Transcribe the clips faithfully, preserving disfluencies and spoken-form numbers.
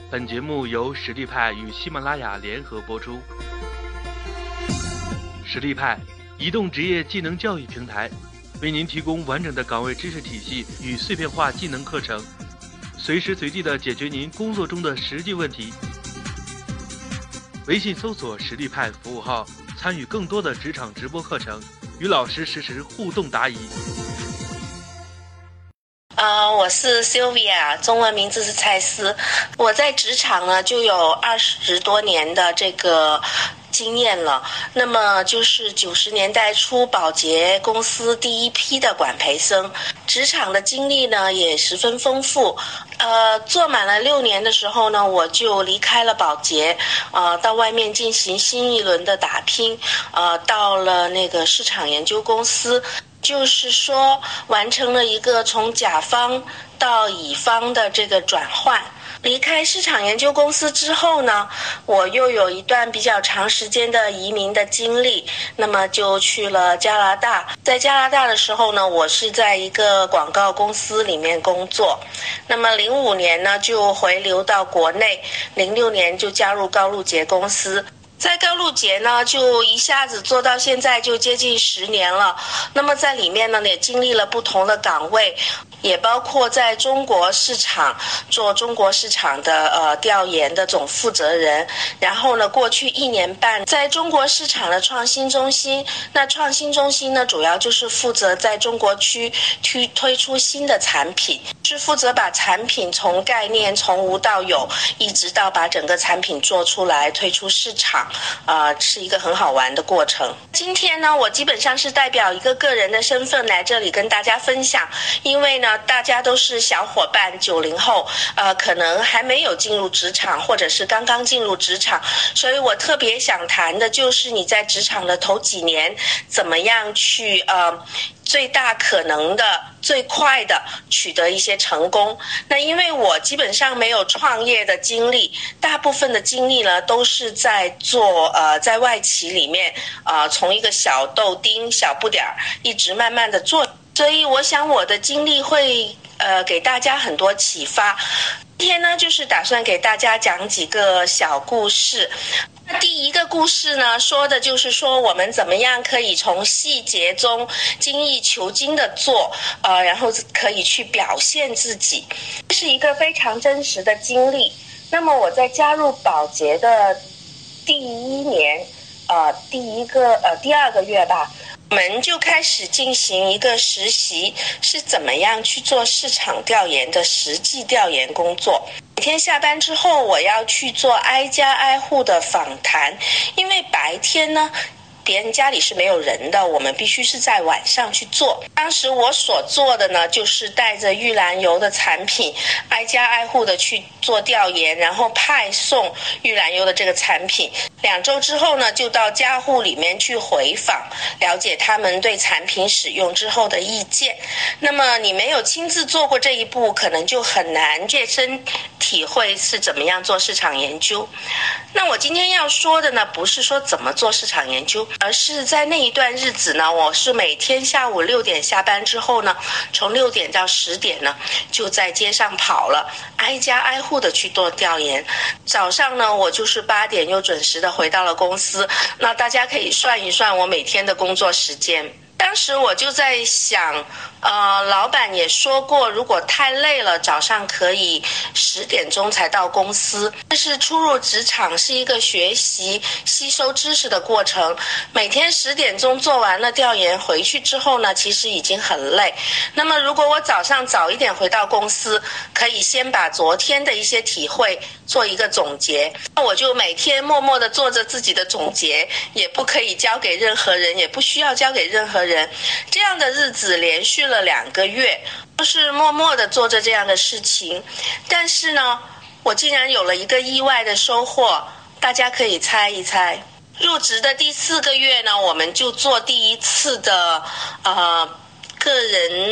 本节目由实力派与喜马拉雅联合播出。实力派，移动职业技能教育平台，为您提供完整的岗位知识体系与碎片化技能课程，随时随地的解决您工作中的实际问题。微信搜索实力派服务号，参与更多的职场直播课程，与老师实时互动答疑。 呃，我是 Sylvia， 中文名字是蔡思。我在职场呢就有二十多年的这个经验了。那么就是九十年代初，宝洁公司第一批的管培生，职场的经历呢也十分丰富。呃，做满了六年的时候呢，我就离开了宝洁，呃，到外面进行新一轮的打拼，呃，到了那个市场研究公司。就是说完成了一个从甲方到乙方的这个转换。离开市场研究公司之后呢，我又有一段比较长时间的移民的经历，那么就去了加拿大。在加拿大的时候呢，我是在一个广告公司里面工作。那么零五年呢就回流到国内，零六年就加入高露洁公司。在高露洁呢，就一下子做到现在就接近十年了。那么在里面呢，也经历了不同的岗位，也包括在中国市场做中国市场的呃调研的总负责人。然后呢，过去一年半在中国市场的创新中心。那创新中心呢，主要就是负责在中国区推推出新的产品，是负责把产品从概念从无到有，一直到把整个产品做出来推出市场。呃，是一个很好玩的过程。今天呢，我基本上是代表一个个人的身份来这里跟大家分享，因为呢，大家都是小伙伴，九零后，呃，可能还没有进入职场，或者是刚刚进入职场，所以我特别想谈的就是你在职场的头几年，怎么样去呃。最大可能的最快的取得一些成功。那因为我基本上没有创业的经历，大部分的经历呢都是在做呃在外企里面呃从一个小豆丁小不点儿一直慢慢的做，所以我想我的经历会呃给大家很多启发。今天呢就是打算给大家讲几个小故事。第一个故事呢，说的就是说我们怎么样可以从细节中精益求精的做，呃，然后可以去表现自己，这是一个非常真实的经历。那么我在加入宝洁的第一年，呃，第一个呃第二个月吧，我们就开始进行一个实习，是怎么样去做市场调研的实际调研工作。每天下班之后，我要去做挨家挨户的访谈，因为白天呢别人家里是没有人的，我们必须是在晚上去做。当时我所做的呢，就是带着玉兰油的产品，挨家挨户的去做调研，然后派送玉兰油的这个产品。两周之后呢，就到家户里面去回访，了解他们对产品使用之后的意见。那么你没有亲自做过这一步，可能就很难切身体会是怎么样做市场研究。那我今天要说的呢，不是说怎么做市场研究，而是在那一段日子呢，我是每天下午六点下班之后呢，从六点到十点呢，就在街上跑了，挨家挨户的去做调研。早上呢，我就是八点又准时的回到了公司。那大家可以算一算我每天的工作时间。当时我就在想，呃，老板也说过，如果太累了，早上可以十点钟才到公司。但是初入职场是一个学习、吸收知识的过程。每天十点钟做完了调研，回去之后呢，其实已经很累。那么如果我早上早一点回到公司，可以先把昨天的一些体会做一个总结。那我就每天默默地做着自己的总结，也不可以交给任何人，也不需要交给任何人。这样的日子连续了两个月，都是默默地做着这样的事情。但是呢，我竟然有了一个意外的收获，大家可以猜一猜。入职的第四个月呢，我们就做第一次的呃个人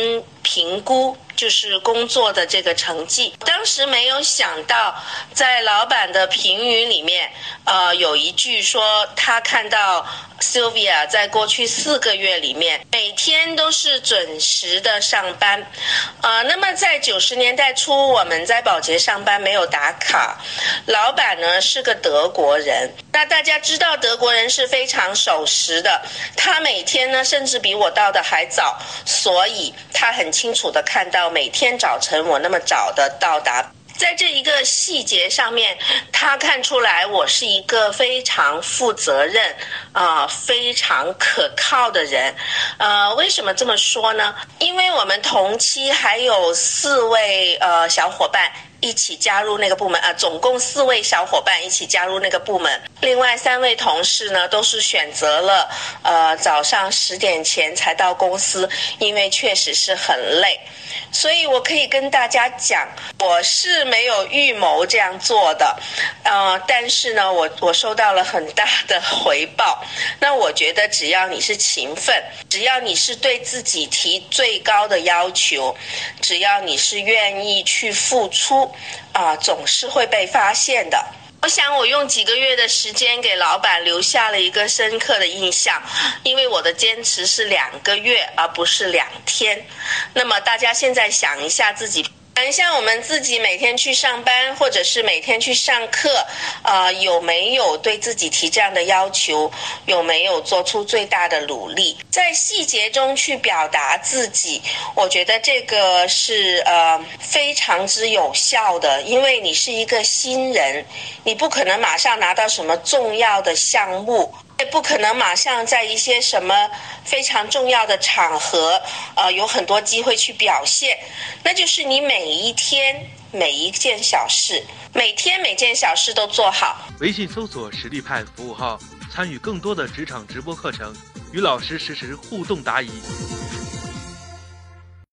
评估就是工作的这个成绩。当时没有想到在老板的评语里面呃，有一句说他看到 Sylvia 在过去四个月里面每天都是准时的上班。呃，那么在九十年代初我们在保洁上班没有打卡，老板呢是个德国人，那大家知道德国人是非常守时的，他每天呢甚至比我到的还早，所以他很清楚的看到每天早晨我那么早的到达。在这一个细节上面，他看出来我是一个非常负责任啊、呃、非常可靠的人。呃，为什么这么说呢？因为我们同期还有四位呃小伙伴一起加入那个部门啊、呃，总共四位小伙伴一起加入那个部门。另外三位同事呢，都是选择了呃早上十点前才到公司，因为确实是很累。所以我可以跟大家讲，我是没有预谋这样做的，呃，但是呢，我我收到了很大的回报。那我觉得只要你是勤奋，只要你是对自己提最高的要求，只要你是愿意去付出，啊、呃，总是会被发现的。我想我用几个月的时间给老板留下了一个深刻的印象，因为我的坚持是两个月而不是两天。那么大家现在想一下自己，想一下我们自己每天去上班或者是每天去上课，呃，有没有对自己提这样的要求，有没有做出最大的努力，在细节中去表达自己。我觉得这个是呃非常之有效的，因为你是一个新人，你不可能马上拿到什么重要的项目，也不可能马上在一些什么非常重要的场合呃，有很多机会去表现。那就是你每一天每一件小事，每天每件小事都做好。 微信搜索实力派服务号，参与更多的职场直播课程，与老师实时互动答疑。